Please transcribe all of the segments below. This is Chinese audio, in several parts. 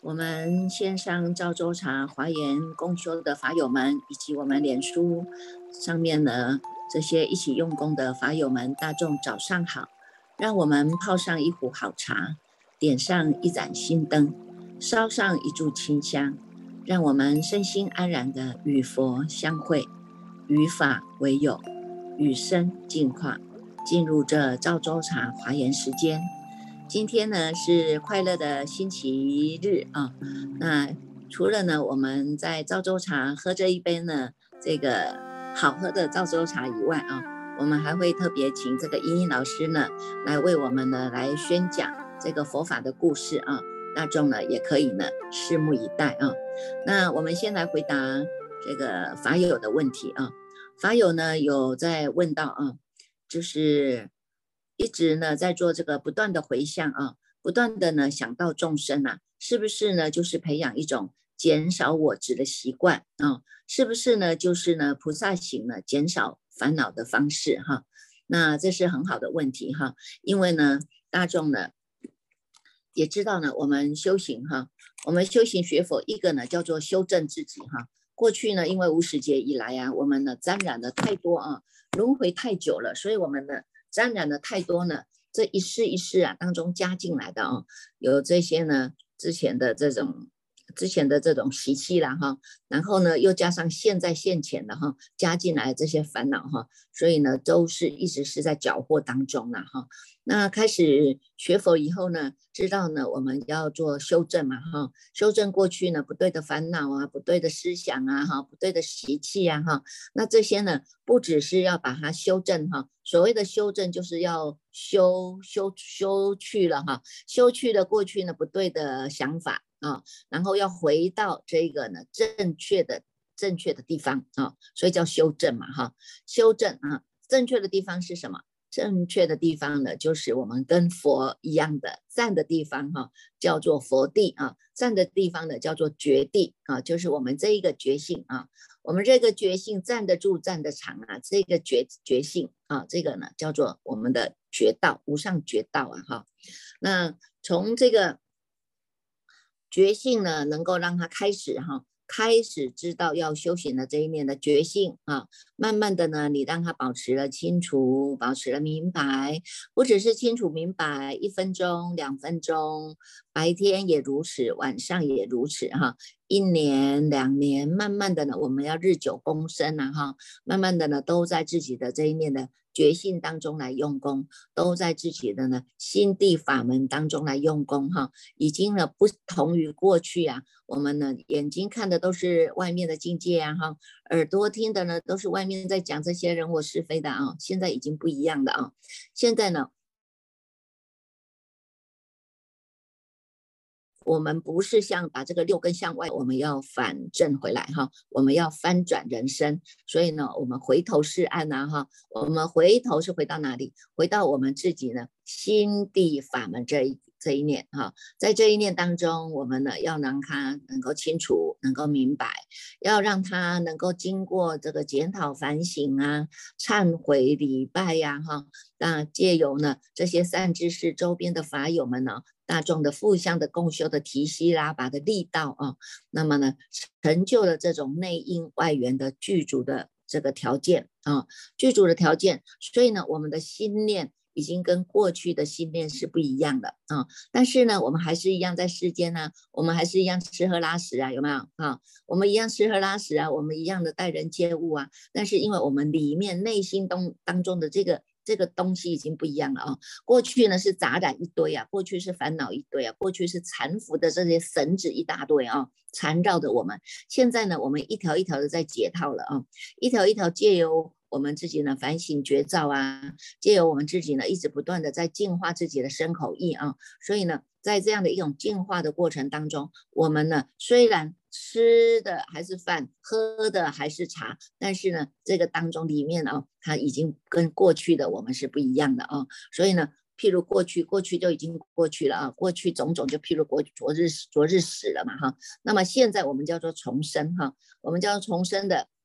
我们线上赵州茶华严共修的法友们，以及我们脸书上面呢这些一起用功的法友们，大众早上好！让我们泡上一壶好茶，点上一盏心灯，烧上一炷清香，让我们身心安然的与佛相会，与法为友，与生进化，进入这赵州茶华严时间。今天呢是快乐的星期日啊，那除了呢我们在赵州茶喝这一杯呢这个好喝的赵州茶以外啊，我们还会特别请这个茵茵老师呢来为我们呢来宣讲这个佛法的故事啊，大众呢也可以呢拭目以待啊。那我们先来回答这个法友的问题啊，法友呢有在问到啊，就是一直呢在做这个不断的回向啊，不断的呢想到众生啊，是不是呢就是培养一种减少我执的习惯啊？是不是呢就是呢菩萨行呢减少烦恼的方式哈？那这是很好的问题哈，因为呢大众呢也知道呢，我们修行哈，我们修行学佛一个呢叫做修正自己哈。过去呢，因为无始劫以来啊，我们呢沾染了太多啊，轮回太久了，所以我们呢沾染了太多呢，这一世一世啊当中加进来的啊，有这些呢之前的这种习气啦哈，然后呢又加上现在现前的哈加进来这些烦恼哈，所以呢都是一直是在搅和当中啦哈。那开始学佛以后呢，知道呢我们要做修正嘛哈，修正过去呢不对的烦恼啊，不对的思想啊哈，不对的习气啊哈，那这些呢不只是要把它修正哈，所谓的修正就是要修去了哈，修去了过去呢不对的想法啊，然后要回到这个呢正确的地方啊，所以叫修正嘛哈，修正啊，正确的地方是什么？正确的地方呢，就是我们跟佛一样的站的地方哈，叫做佛地啊；站的地方呢，叫做觉地啊，就是我们这一个觉性啊，我们这个觉性站得住、站得长啊，这个觉性啊，这个呢叫做我们的觉道，无上觉道啊哈。那从这个觉性呢，能够让它开始哈。开始知道要修行的这一面的觉性啊，慢慢的呢，你让他保持了清楚，保持了明白，不只是清楚明白1分钟、2分钟，白天也如此，晚上也如此哈。1年、2年，慢慢的呢，我们要日久功深啊哈，慢慢的呢，都在自己的这一面的觉性当中来用功，都在自己的呢心地法门当中来用功哈，已经呢不同于过去啊，我们呢眼睛看的都是外面的境界啊哈，耳朵听的呢都是外面在讲这些人我是非的啊，现在已经不一样的啊，现在呢。我们不是像把这个6根向外，我们要反正回来哈，我们要翻转人生，所以呢，我们回头是岸呐哈，我们回头是回到哪里？回到我们自己呢心地法门这一念哈，在这一念当中，我们呢要让他能够清楚，能够明白，要让他能够经过这个检讨反省啊、忏悔礼拜呀哈，那借由呢这些善知识周边的法友们呢。大众的互相的共修的提携拉拔的力道啊，那么呢，成就了这种内因外缘的具足的这个条件啊，具足的条件，所以呢，我们的心念已经跟过去的心念是不一样的啊，但是呢，我们还是一样在世间呢，我们还是一样吃喝拉屎啊，有没有啊？我们一样吃喝拉屎啊，我们一样的待人接物啊，但是因为我们里面内心当中的这个东西已经不一样了啊！过去呢是杂染一堆啊，过去是烦恼一堆啊，过去是缠缚的这些绳子一大堆啊，缠绕着我们。现在呢，我们一条一条的在解套了啊，一条一条借由我们自己呢反省觉照啊，借由我们自己呢一直不断的在净化自己的身口意啊，所以呢，在这样的一种净化的过程当中，我们呢虽然吃的还是饭，喝的还是茶，但是呢，这个当中里面啊，它已经跟过去的我们是不一样的啊，所以呢，譬如过去就已经过去了啊，过去种种就譬如昨日死了嘛哈，那么现在我们叫做重生哈，我们叫做重生的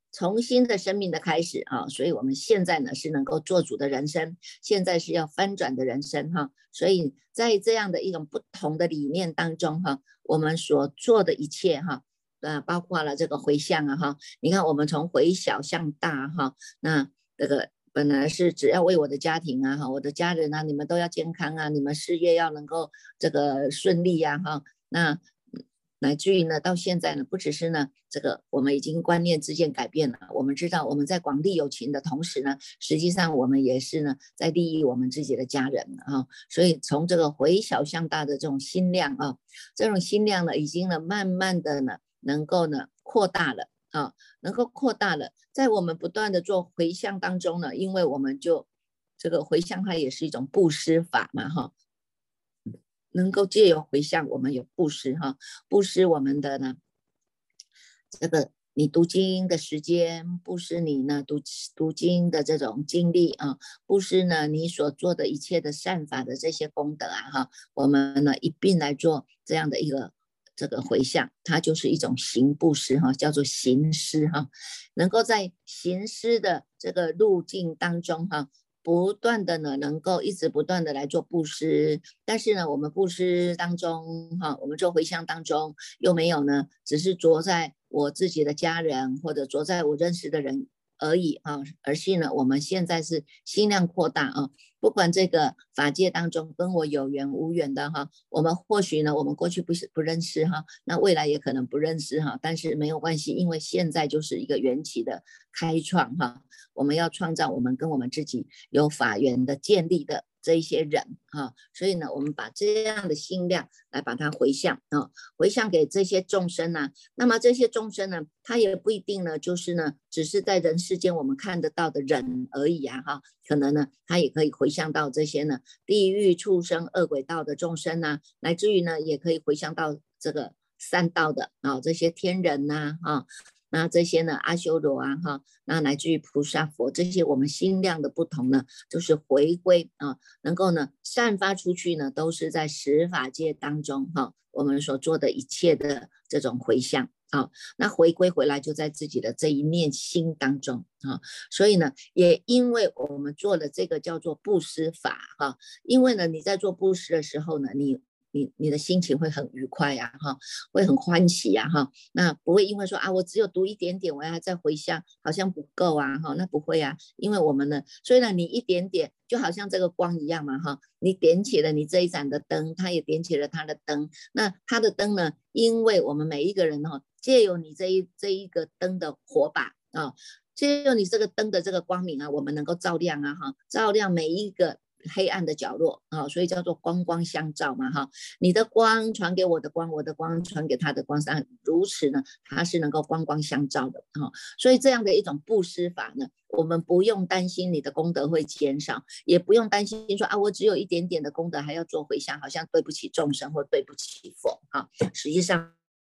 重新的生命的开始啊，所以我们现在呢是能够做主的人生，现在是要翻转的人生哈，所以在这样的一种不同的理念当中哈，我们所做的一切哈，包括了这个回向啊哈，你看我们从回小向大哈，那这个本来是只要为我的家庭啊哈，我的家人啊，你们都要健康啊，你们事业要能够这个顺利呀哈，那乃至于呢，到现在呢，不只是呢，这个我们已经观念之间改变了，我们知道我们在广利有情的同时呢，实际上我们也是呢，在利益我们自己的家人啊，所以从这个回小向大的这种心量啊，这种心量呢，已经呢，慢慢的呢，能够呢扩大了啊，能够扩大了，在我们不断的做回向当中呢，因为我们就这个回向它也是一种布施法嘛哈。能够借由回向，我们有布施哈，布施我们的呢，这个你读经的时间，布施你呢读经的这种经历啊，布施呢你所做的一切的善法的这些功德啊哈，我们呢一并来做这样的一个这个回向，它就是一种行布施哈，叫做行施哈，能够在行施的这个路径当中哈。不断的呢，能够一直不断的来做布施，但是呢，我们布施当中，哈，我们做回向当中，又没有呢，只是着在我自己的家人或者着在我认识的人而已啊，而是呢，我们现在是心量扩大啊，不管这个法界当中跟我有缘无缘的哈，我们或许呢，我们过去不认识哈，那未来也可能不认识哈，但是没有关系，因为现在就是一个缘起的开创哈，我们要创造我们跟我们自己有法缘的建立的这一些人啊，所以呢，我们把这样的心量来把它回向啊，回向给这些众生啊，那么这些众生呢，他也不一定呢，就是呢，只是在人世间我们看得到的人而已啊哈，可能呢，他也可以回向到这些呢地狱畜生恶鬼道的众生啊，乃至于呢，也可以回向到这个三道的啊这些天人呐啊。那这些呢，阿修罗啊，哈，那乃至于菩萨佛，这些我们心量的不同呢，就是回归啊，能够呢散发出去呢，都是在十法界当中哈，我们所做的一切的这种回向啊，那回归回来就在自己的这一念心当中啊，所以呢，也因为我们做了这个叫做布施法哈，因为呢你在做布施的时候呢，你的心情会很愉快呀，哈，会很欢喜呀，哈，那不会因为说啊，我只有读一点点，我要再回向，好像不够啊，哈，那不会啊，因为我们呢，虽然你一点点，就好像这个光一样嘛，哈，你点起了你这一盏的灯，它也点起了它的灯，那它的灯呢，因为我们每一个人哈，借由你这一个灯的火把啊，借由你这个灯的这个光明啊，我们能够照亮啊，哈，照亮每一个黑暗的角落啊，所以叫做光光相照嘛哈。你的光传给我的光，我的光传给他的光，如此呢，它是能够光光相照的哈。所以这样的一种布施法呢，我们不用担心你的功德会减少，也不用担心说啊，我只有一点点的功德还要做回向，好像对不起众生或对不起佛哈。实际上。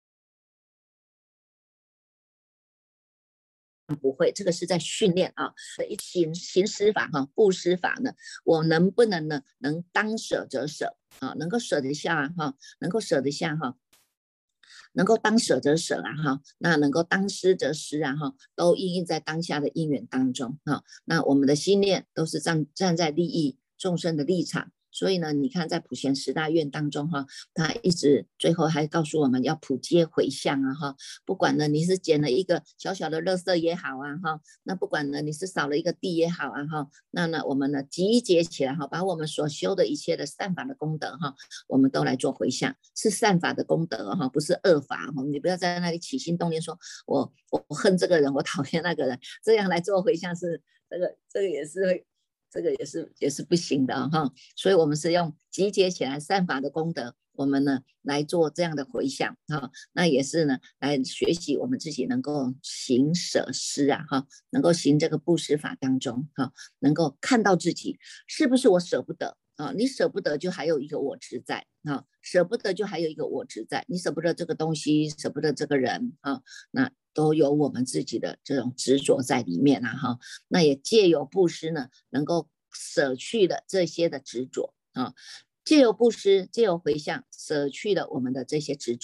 不会，这个是在训练啊，行施法哈，布施法呢，我能不能呢，能当舍则舍啊，能够舍得下哈，能够舍得下哈，能够当舍则舍啊哈，那能够当施则施啊哈，都应用在当下的因缘当中哈，那我们的心念都是站在利益众生的立场。所以呢，你看在普贤十大愿当中哈，他一直最后还告诉我们要普皆回向啊哈，不管呢你是捡了一个小小的垃圾也好啊哈，那不管呢你是扫了一个地也好啊哈，那呢我们呢集结起来哈，把我们所修的一切的善法的功德哈，我们都来做回向，是善法的功德哈，不是恶法哈，你不要在那里起心动念说我恨这个人，我讨厌那个人，这样来做回向是这个也是会。这个也是不行的哈，所以我们是用集结起来善法的功德，我们呢来做这样的回向哈，那也是呢来学习我们自己能够行舍施啊哈，能够行这个布施法当中哈，能够看到自己是不是我舍不得啊，你舍不得就还有一个我执在啊，舍不得就还有一个我执在，你舍不得这个东西，舍不得这个人啊，那都有我们自己的这种执着在里面啊哈，那也借由布施呢，能够舍去了这些的执着啊，借由布施，借由回向，舍去了我们的这些执着。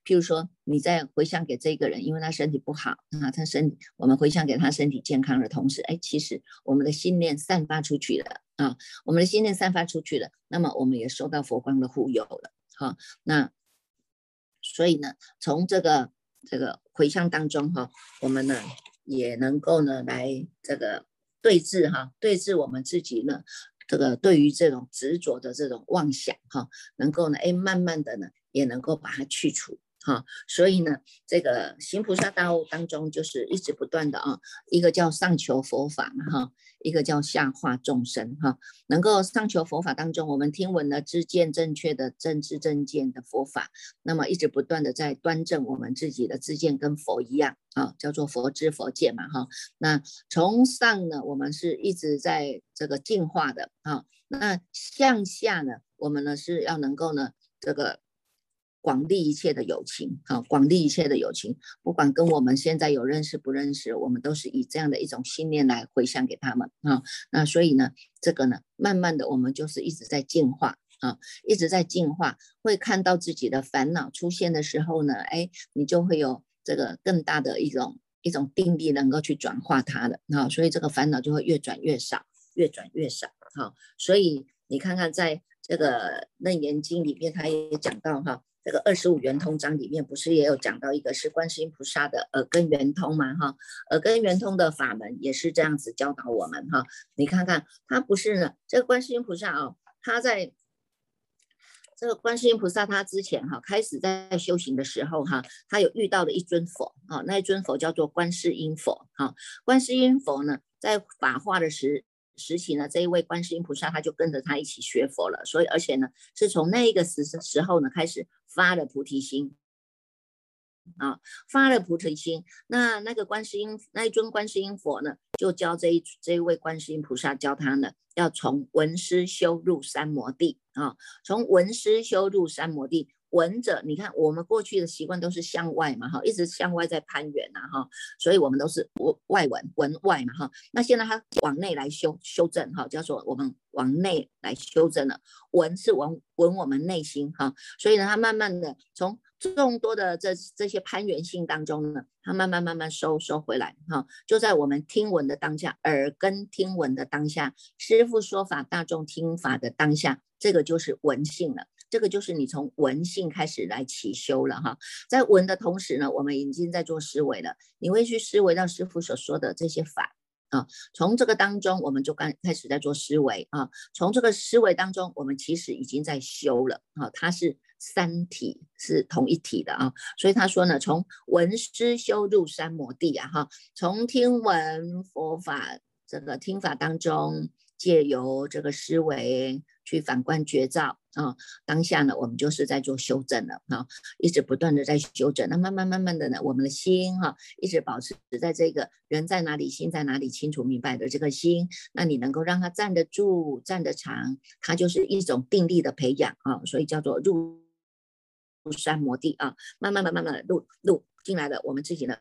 譬如说你在回向给这个人，因为他身体不好啊，我们回向给他身体健康的同时，哎，其实我们的心念散发出去了啊，我们的心念散发出去了，那么我们也受到佛光的护佑了。好，那所以呢，从这个回向当中哈，我们呢也能够呢来这个对治哈，对治我们自己呢这个对于这种执着的这种妄想哈，能够呢慢慢的呢也能够把它去除。哈，所以呢，这个行菩萨道当中，就是一直不断的啊，一个叫上求佛法嘛哈，一个叫下化众生哈。能够上求佛法当中，我们听闻了知见正确的正知正见的佛法，那么一直不断的在端正我们自己的知见，跟佛一样啊，叫做佛知佛见嘛哈。那从上呢，我们是一直在这个进化的啊，那向下呢，我们呢是要能够呢这个广利一切的友情，好，广利一切的友情，不管跟我们现在有认识不认识，我们都是以这样的一种信念来回向给他们啊。那所以呢，这个呢，慢慢的我们就是一直在进化啊，一直在进化，会看到自己的烦恼出现的时候呢，哎，你就会有这个更大的一种定力，能够去转化它的啊，所以这个烦恼就会越转越少，越转越少。好，所以你看看在这个楞严经里面，他也讲到哈。这个25圆通章里面不是也有讲到一个是观世音菩萨的耳根圆通嘛哈，耳根圆通的法门也是这样子教导我们哈。你看看他不是呢，这个观世音菩萨哦，他在这个观世音菩萨他之前哈开始在修行的时候哈，他有遇到了一尊佛啊，那一尊佛叫做观世音佛哈。观世音佛呢，在法化的时期呢，这一位观世音菩萨他就跟着他一起学佛了，所以而且呢，是从那一个时候呢开始发了菩提心啊，发了菩提心。那个那一尊观世音佛呢，就教这一位观世音菩萨教他呢，要从闻思修入三摩地啊，从闻思修入三摩地。闻者，你看我们过去的习惯都是向外嘛哈，一直向外在攀援呐哈，所以我们都是外闻外嘛哈。那现在他往内来修正哈，叫做我们往内来修正了。闻是闻我们内心哈，所以呢，他慢慢的从众多的这些攀援性当中呢，他慢慢收回来哈，就在我们听闻的当下，耳根听闻的当下，师父说法，大众听法的当下，这个就是闻性了。这个就是你从闻性开始来起修了哈，在闻的同时呢，我们已经在做思维了。你会去思维到师父所说的这些法啊，从这个当中我们就开始在做思维啊，从这个思维当中，我们其实已经在修了啊，它是三体是同一体的啊，所以他说呢，从闻思修入三摩地啊哈，从听闻佛法这个听法当中，借由这个思维去反观觉照啊，当下呢，我们就是在做修正了啊，一直不断的在修正。那慢慢的呢，我们的心哈，一直保持在这个人在哪里，心在哪里，清楚明白的这个心，那你能够让它站得住、站得长，它就是一种定力的培养啊，所以叫做入山摩地啊，慢慢的入进来了，我们自己呢。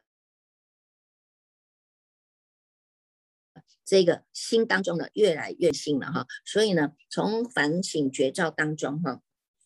这个心当中呢，越来越信了哈，所以呢，从反省觉照当中哈，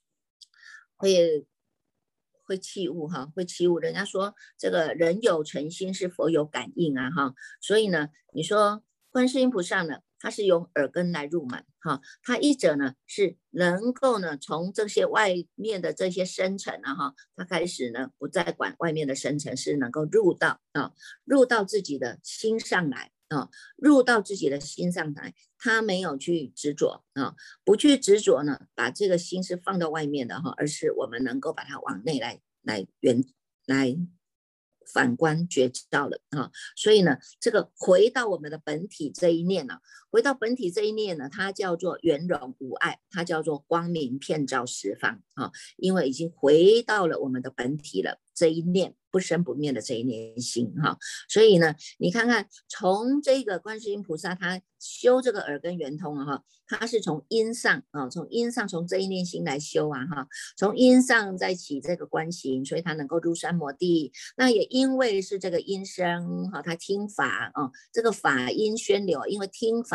会起悟哈，会起悟。人家说这个人有诚心是佛有感应啊哈，所以呢，你说观世音菩萨呢，他是用耳根来入门哈，他一者呢是能够呢从这些外面的这些生成啊哈，他开始呢不再管外面的生成，是能够入到自己的心上来。入到自己的心上来，他没有去执着啊，不去执着呢，把这个心是放到外面的哈，而是我们能够把它往内来反观觉照了啊，所以呢，这个回到我们的本体这一念呢，回到本体这一念呢，它叫做圆融无碍，它叫做光明遍照十方啊，因为已经回到了我们的本体了，这一念不生不灭的这一念心哈，所以呢，你看看从这个观世音菩萨他修这个耳根圆通啊哈，他是从因上啊，从这一念心来修啊哈，从因上再起这个观行，所以他能够入三摩地。那也因为是这个因声哈，他听法啊，这个法音宣流，因为听法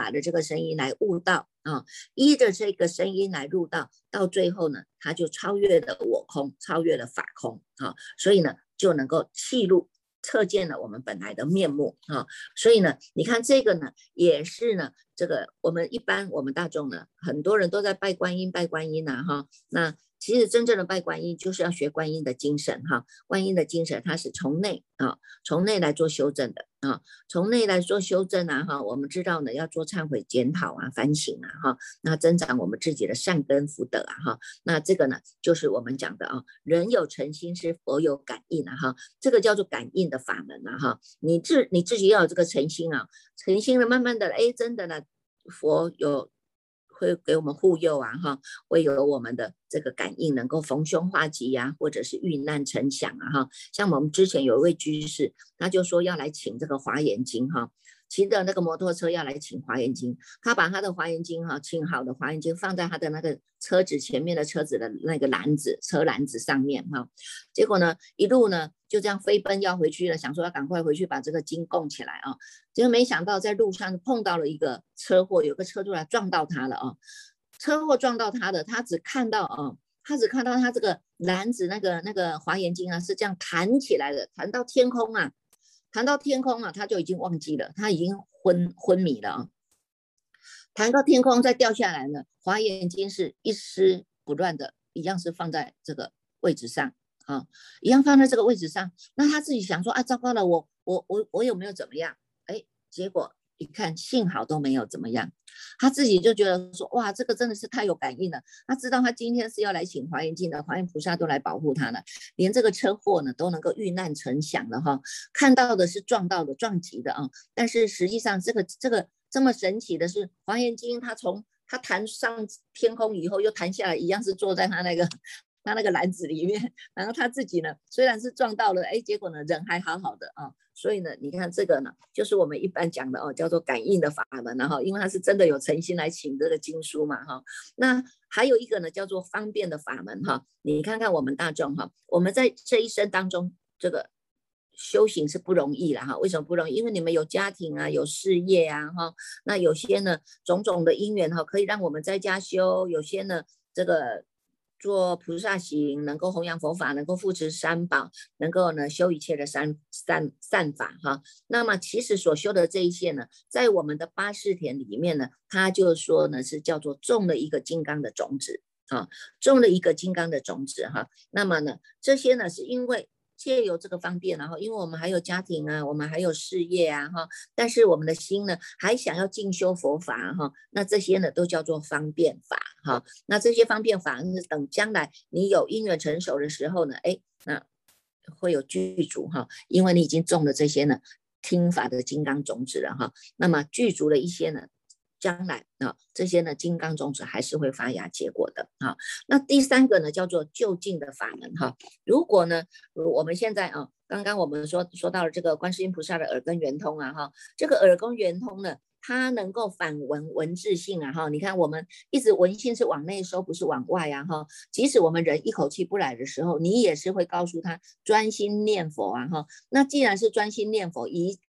法的这个声音来悟道啊，依着这个声音来入道，到最后呢，他就超越了我空，超越了法空啊，所以呢，就能够契入测见了我们本来的面目啊，所以呢，你看这个呢，也是呢，这个我们一般我们大众呢，很多人都在拜观音，拜观音呐哈，那其实真正的拜观音就是要学观音的精神哈，观音的精神它是从内啊，从内来做修正的啊，从内来做修正啊哈，我们知道呢要做忏悔检讨啊，反省啊哈，那增长我们自己的善根福德啊哈，那这个呢就是我们讲的啊，人有诚心是佛有感应啊哈，这个叫做感应的法门啊哈，你自己要有这个诚心啊，诚心的慢慢的哎真的呢，佛会给我们护佑啊哈，会有我们的这个感应能够逢凶化吉呀、或者是遇难成祥啊哈。像我们之前有一位居士，他就说要来请这个华严经哈，骑着那个摩托车要来请华严经，他把他的华严经哈，请好的华严经放在他的那个车子前面的车子的那个车篮子上面哈，结果呢一路呢就这样飞奔要回去了，想说要赶快回去把这个经供起来啊，结果没想到在路上碰到了一个车祸，有个车就来撞到他了啊，车祸撞到他的，他只看到他这个篮子那个华严经啊是这样弹起来的，弹到天空啊，他就已经忘记了，他已经昏迷了啊，弹到天空再掉下来呢，华严经是一丝不乱的，一样是放在这个位置上啊，一样放在这个位置上。那他自己想说啊，糟糕了，我有没有怎么样？哎，结果一看，幸好都没有怎么样。他自己就觉得说，哇，这个真的是太有感应了。他知道他今天是要来请华严经的，华严菩萨都来保护他了，连这个车祸呢都能够遇难成祥了哈。看到的是撞到的、撞击的啊，但是实际上这个这么神奇的是，华严经它弹上天空以后又弹下来，一样是坐在他那个篮子里面，然后他自己呢，虽然是撞到了，哎，结果呢人还好好的啊，所以呢，你看这个呢，就是我们一般讲的哦，叫做感应的法门，然后因为他是真的有诚心来请这个经书嘛哈，那还有一个呢叫做方便的法门哈，你看看我们大众哈，我们在这一生当中这个。修行是不容易了哈，为什么不容易？因为你们有家庭啊，有事业啊哈，那有些呢种种的因缘哈，可以让我们在家修，有些呢这个做菩萨行，能够弘扬佛法，能够护持三宝，能够呢修一切的善法哈。那么其实所修的这一些呢，在我们的八识田里面呢，它就说呢是叫做种了一个金刚的种子啊，种了一个金刚的种子哈。那么呢，这些呢是因为借由这个方便，然后因为我们还有家庭啊，我们还有事业啊哈，但是我们的心呢还想要进修佛法哈，那这些呢都叫做方便法哈。那这些方便法等将来你有因缘成熟的时候呢，哎，那会有具足哈，因为你已经种了这些呢听法的金刚种子了哈，那么具足了一些呢。将来啊，这些呢金刚种子还是会发芽结果的啊。那第三个呢叫做就近的法门哈。如果呢我们现在啊，刚刚我们说到了这个观世音菩萨的耳根圆通啊哈，这个耳根圆通呢，它能够反文字性啊哈。你看我们一直文性是往内收，不是往外啊哈。即使我们人一口气不来的时候，你也是会告诉他专心念佛啊哈。那既然是专心念佛，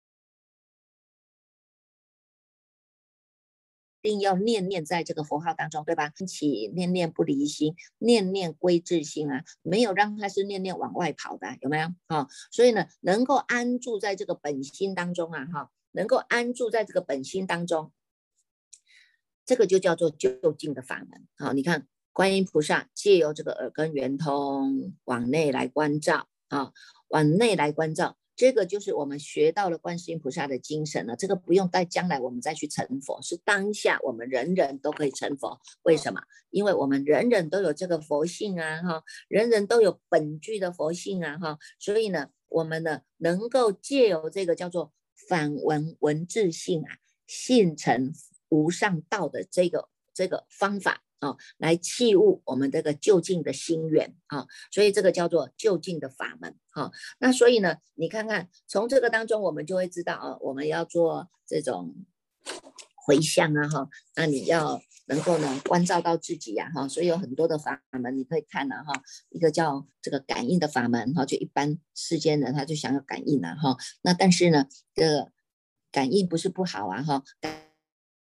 一定要念念在这个佛号当中，对吧？起念念不离心，念念归自性啊，没有让它是念念往外跑的，有没有？哈，所以呢，能够安住在这个本心当中啊，哈，能够安住在这个本心当中，这个就叫做就近的法门。好，你看观音菩萨借由这个耳根圆通往内来关照啊，往内来关照。这个就是我们学到了观世音菩萨的精神了，这个不用待将来我们再去成佛，是当下我们人人都可以成佛。为什么？因为我们人人都有这个佛性啊，哈，人人都有本具的佛性啊，哈，所以呢，我们呢能够借由这个叫做反文字性啊，性成无上道的这个方法。哦，来契悟我们这个就近的心源啊，所以这个叫做就近的法门啊。那所以呢，你看看从这个当中，我们就会知道啊，我们要做这种回向啊哈，那你要能够呢关照到自己呀哈，所以有很多的法门你可以看了哈，一个叫这个感应的法门哈，就一般世间人他就想要感应了哈，那但是呢，这个感应不是不好啊哈。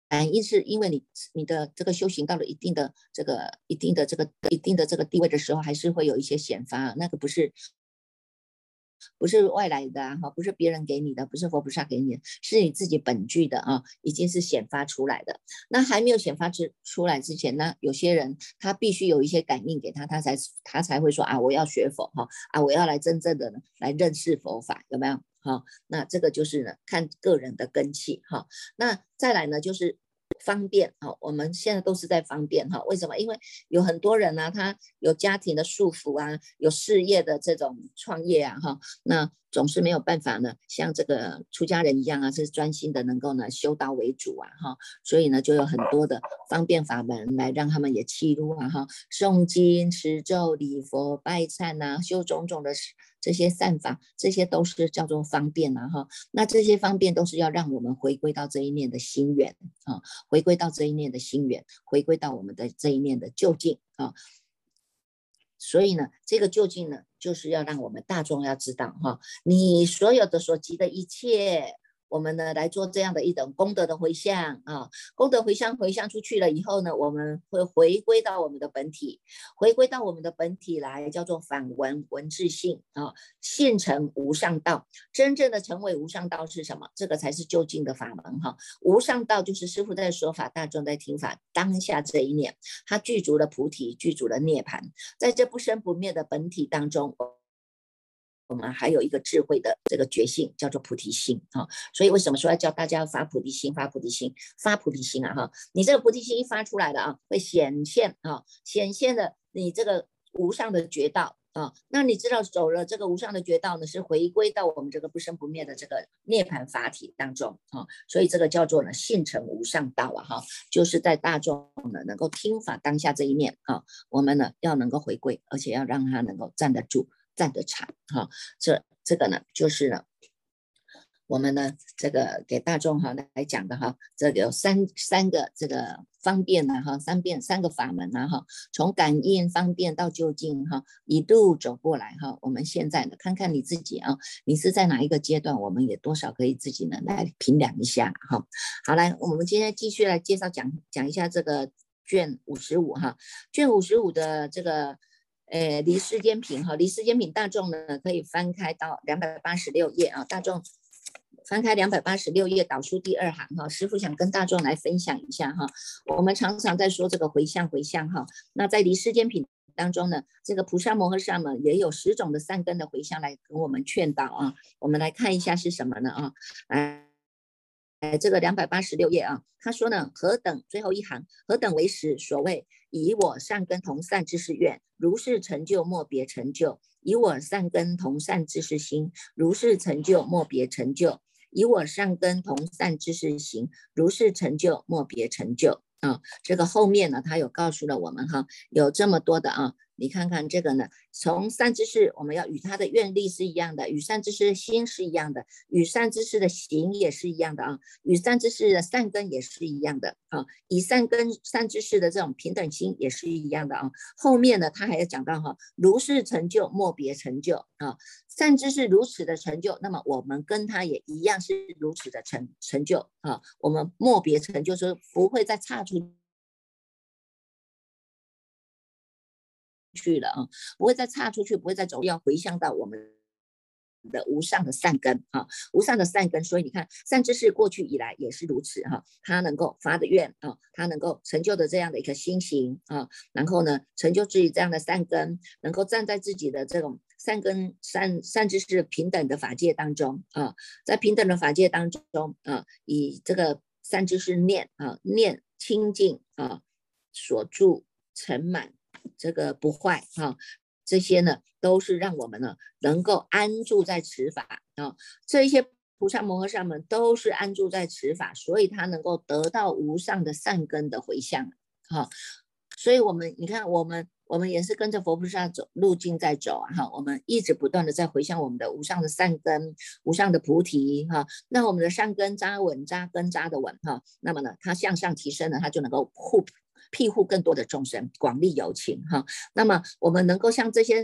感应是因为你的这个修行到了一定的这个地位的时候，还是会有一些显发，那个不是外来的啊，不是别人给你的，不是佛菩萨给你的，是你自己本具的啊，已经是显发出来的。那还没有显发出来之前呢，有些人他必须有一些感应给他，他才会说啊，我要学佛哈，啊，我要来真正的来认识佛法，有没有？好，那这个就是呢，看个人的根器哈。那再来呢，就是方便哈，我们现在都是在方便哈，为什么？因为有很多人呢，他有家庭的束缚啊，有事业的这种创业啊哈，那总是没有办法呢，像这个出家人一样啊，是专心的能够呢修道为主啊哈，所以呢就有很多的方便法门来让他们也契入啊哈，诵经、持咒、礼佛、拜忏呐，修种种的这些善法，这些都是叫做方便啊哈。那这些方便都是要让我们回归到这一念的心源啊，回归到这一念的心源，回归到我们的这一念的究竟啊。所以呢，这个究竟呢，就是要让我们大众要知道哈，你所有的所及的一切，我们呢来做这样的一种功德的回向啊，功德回向出去了以后呢，我们会回归到我们的本体，回归到我们的本体来，叫做反文字性啊，现成无上道。真正的成为无上道是什么？这个才是究竟的法门哈。无上道就是师父在说法，大众在听法，当下这一念，他具足了菩提，具足了涅槃。在这不生不灭的本体当中，我们还有一个智慧的这个觉性，叫做菩提心啊。所以为什么说要教大家发菩提心？发菩提心，发菩提心啊！哈，你这个菩提心一发出来了啊，会显现了你这个无上的觉道啊。那你知道走了这个无上的觉道呢，是回归到我们这个不生不灭的这个涅槃法体当中啊。所以这个叫做呢现成无上道啊！哈，就是在大众呢能够听法当下这一念啊，我们呢要能够回归，而且要让他能够站得住。站得长哈，这个呢，就是呢，我们呢这个给大众哈来讲的哈，这个有三个这个方便呢哈，三个法门呢哈，从感应方便到究竟哈，一路走过来哈，我们现在呢看看你自己啊，你是在哪一个阶段，我们也多少可以自己呢来评量一下哈。好，来，我们今天继续来介绍讲一下这个卷55哈，卷55的这个。离世间品哈，离世间品大众呢可以翻开到286页啊，大众翻开286页导数第2行哈，师父想跟大众来分享一下哈，我们常常在说这个回向哈，那在离世间品当中呢，这个菩萨摩诃萨们也有10种的善根的回向来跟我们劝导啊，我们来看一下是什么呢啊，这个286页啊，他说呢，何等最后一行，何等为实？所谓以我善根同善之事愿，如是成就莫别成就；以我善根同善之事心，如是成就莫别成就；以我善根同善之事行，如是成就莫别成就。啊，这个后面呢，他有告诉了我们哈，有这么多的啊，你看看这个呢，从善知识，我们要与他的愿力是一样的，与善知识的心是一样的，与善知识的行也是一样的啊，与善知识的善根也是一样的啊，以善根善知识的这种平等心也是一样的啊。后面呢，他还要讲到哈，如是成就，莫别成就啊。善知识如此的成就，那么我们跟他也一样是如此的成就啊。我们莫别成就，说不会再差出去了啊，不会再差出去，不会再走，要回向到我们的无上的善根啊，无上的善根，所以你看，善知识过去以来也是如此哈，他能够发的愿啊，他能够成就的这样的一个心行啊，然后呢，成就自己这样的善根，能够站在自己的这种善根善知识平等的法界当中啊，在平等的法界当中啊，以这个善知识念清净啊，所住成满。这个不坏哈，这些呢都是让我们呢能够安住在此法啊。这一些菩萨摩诃萨们都是安住在此法，所以他能够得到无上的善根的回向哈。所以你看我们也是跟着佛菩萨走路径在走啊哈，我们一直不断的在回向我们的无上的善根、无上的菩提哈。那我们的善根扎稳、扎根扎的稳哈，那么呢，它向上提升呢，它就能够庇护更多的众生，广利有情哈。那么我们能够像这些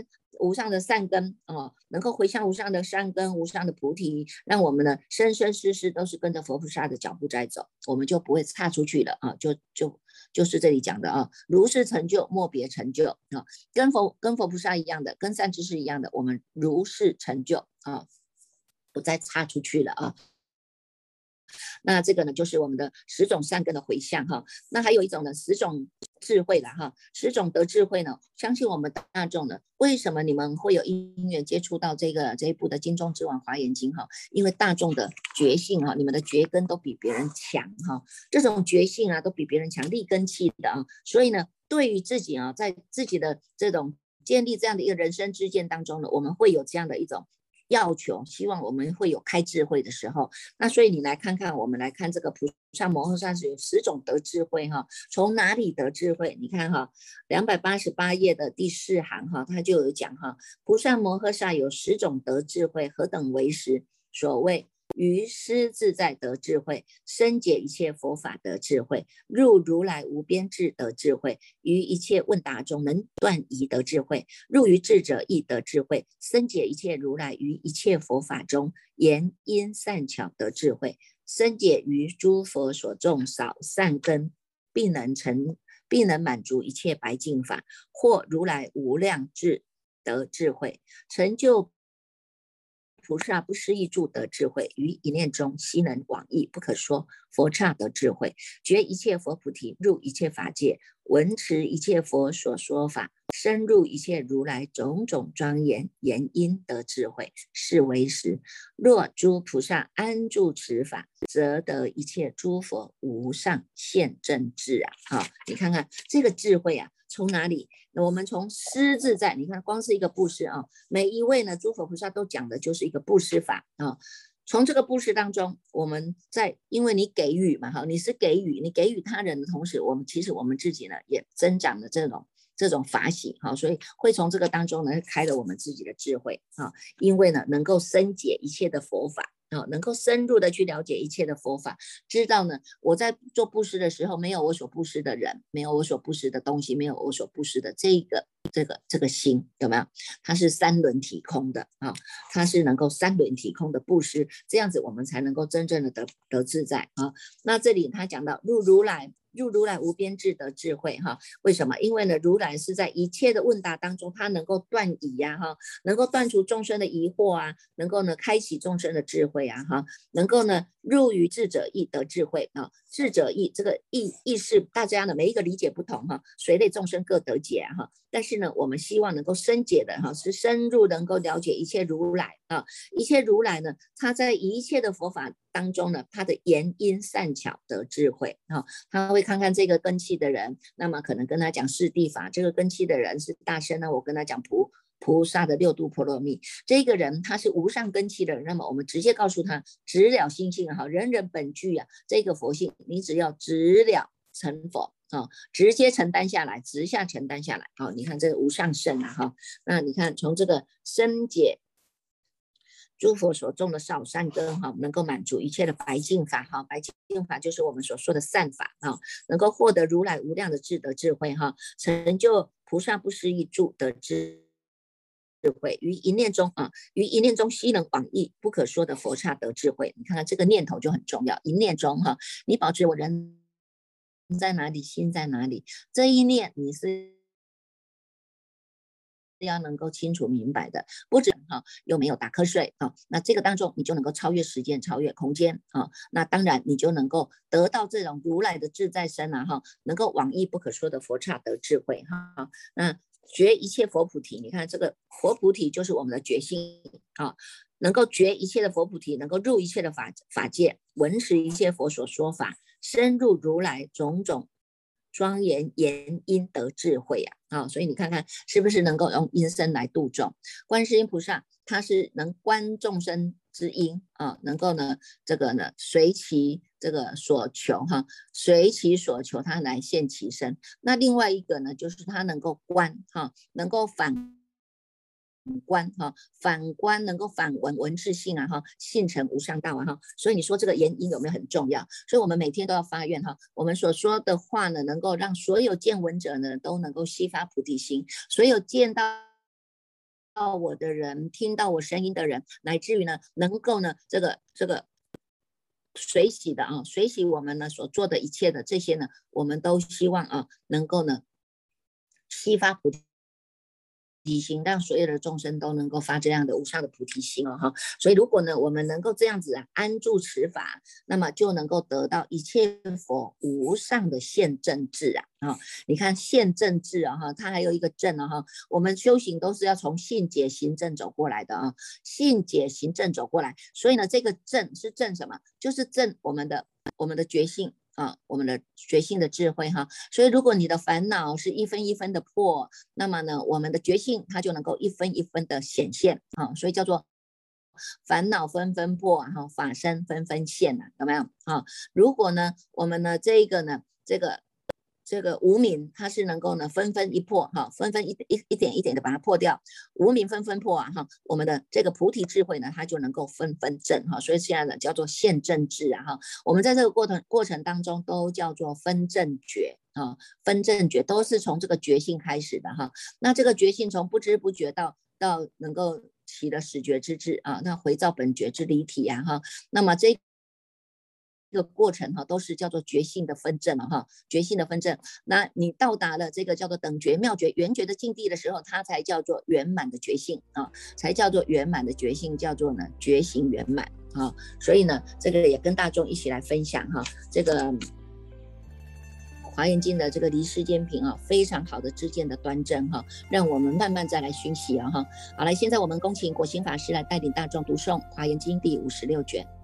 无上的善根能够回向无上的善根、无上的菩提，让我们呢生生世世都是跟着佛菩萨的脚步在走，我们就不会岔出去了就是这里讲的如是成就，莫别成就跟佛菩萨一样的，跟善知识一样的，我们如是成就不再岔出去了那这个呢，就是我们的10种善根的回向那还有一种呢，10种智慧了10种得智慧呢，相信我们大众呢，为什么你们会有因缘接触到这一部的经中之王华严经因为大众的觉性你们的觉根都比别人强这种觉性都比别人强，立根器的所以呢，对于自己在自己的这种建立这样的一个人生之见当中呢，我们会有这样的一种要求，希望我们会有开智慧的时候。那所以你来看看，我们来看这个菩萨摩诃萨是有10种得智慧从哪里得智慧？你看288页的第4行他就有讲菩萨摩诃萨有10种得智慧，何等为10？所谓于师自在得智慧，深解一切佛法得智慧，入如来无边智得智慧，于一切问答中能断疑得智慧，入于智者亦得智慧，深解一切如来于一切佛法中言因善巧得智慧，深解于诸佛所种少善根，必能满足一切白净法，或如来无量智得智慧，成就菩萨不思议住得智慧，于一念中悉能广义不可说佛刹得智慧，觉一切佛菩提，入一切法界，闻持一切佛所说法，深入一切如来种种庄严言因得智慧，是为10。若诸菩萨安住此法，则得一切诸佛无上现正智你看看这个智慧从哪里？我们从施自在，你看光是一个布施每一位呢诸佛菩萨都讲的就是一个布施法从这个布施当中，我们因为你给予嘛你是给予，你给予他人的同时，其实我们自己呢也增长了这种法喜所以会从这个当中呢开了我们自己的智慧因为呢能够深解一切的佛法能够深入的去了解一切的佛法，知道呢我在做布施的时候，没有我所布施的人，没有我所布施的东西，没有我所布施的这个心，有没有？它是3轮体空的它是能够3轮体空的布施，这样子我们才能够真正的得自在那这里他讲到入如来无边智得智慧为什么？因为呢如来是在一切的问答当中，他能够断疑能够断除众生的疑惑能够呢开启众生的智慧能够呢入于智者亦得智慧智者亦这个意是大家呢每一个理解不同随类众生各得解但是呢我们希望能够深解的是深入能够了解一切如来一切如来呢他在一切的佛法当中呢，他的言因善巧得智慧他会看看这个根器的人，那么可能跟他讲四谛法，这个根器的人是大身我跟他讲菩萨的6度波罗蜜，这个人他是无上根器的人，那么我们直接告诉他直了心性人人本具这个佛性你只要直了成佛直接承担下来，直下承担下来你看这个无上胜那你看从这个深解诸佛所种的少善根能够满足一切的白净法白净法就是我们所说的善法能够获得如来无量的智德智慧成就菩萨不思议住的智慧，于一念中悉能广义不可说的佛刹得智慧。你看看这个念头就很重要，一念中你保持我人在哪里，心在哪里，这一念你是要能够清楚明白的，不止又没有打瞌睡那这个当中你就能够超越时间，超越空间那当然你就能够得到这种如来的自在身能够往义不可说的佛刹得智慧那觉一切佛菩提，你看这个佛菩提就是我们的觉性能够觉一切的佛菩提，能够入一切的法界，闻持一切佛所说法，深入如来种种庄严言因得智慧所以你看看是不是能够用音声来度众？观世音菩萨他是能观众生之因能够呢这个呢随其这个所求随其所求他来现其身。那另外一个呢就是他能够观能够反观能够反文字性性成无上道所以你说这个言因有没有很重要？所以我们每天都要发愿我们所说的话呢，能够让所有见闻者呢都能够悉发菩提心，所有见到我的人，听到我声音的人，乃至于呢，能够呢，这个随喜的随喜我们呢所做的一切的这些呢，我们都希望能够呢激发菩提心，让所有的众生都能够发这样的无上的菩提心所以如果呢我们能够这样子安住此法，那么就能够得到一切佛无上的现正智你看现正智它还有一个正我们修行都是要从信解行正走过来的信解行正走过来，所以呢这个正是正什么？就是正我们的觉性我们的觉性的智慧所以如果你的烦恼是一分一分的破，那么呢我们的觉性它就能够一分一分的显现所以叫做烦恼分分破法身分分现有没有如果呢我们呢这个无明它是能够呢分分一破分分一点一点的把它破掉，无明分分破我们的这个菩提智慧呢它就能够分分正所以现在呢叫做现正智我们在这个过程当中都叫做分正觉分正觉都是从这个觉性开始的那这个觉性从不知不觉到能够起了始觉之智那回照本觉之离体那么这个过程都是叫做觉性的分正觉性的分正。那你到达了这个叫做等觉妙觉圆觉的境地的时候，它才叫做圆满的觉性才叫做圆满的觉性，叫做呢觉行圆满所以呢这个也跟大众一起来分享这个华严经的这个离世间品非常好的知见的端正让我们慢慢再来熏习好了，现在我们恭请果行法师来带领大众读诵华严经第56卷。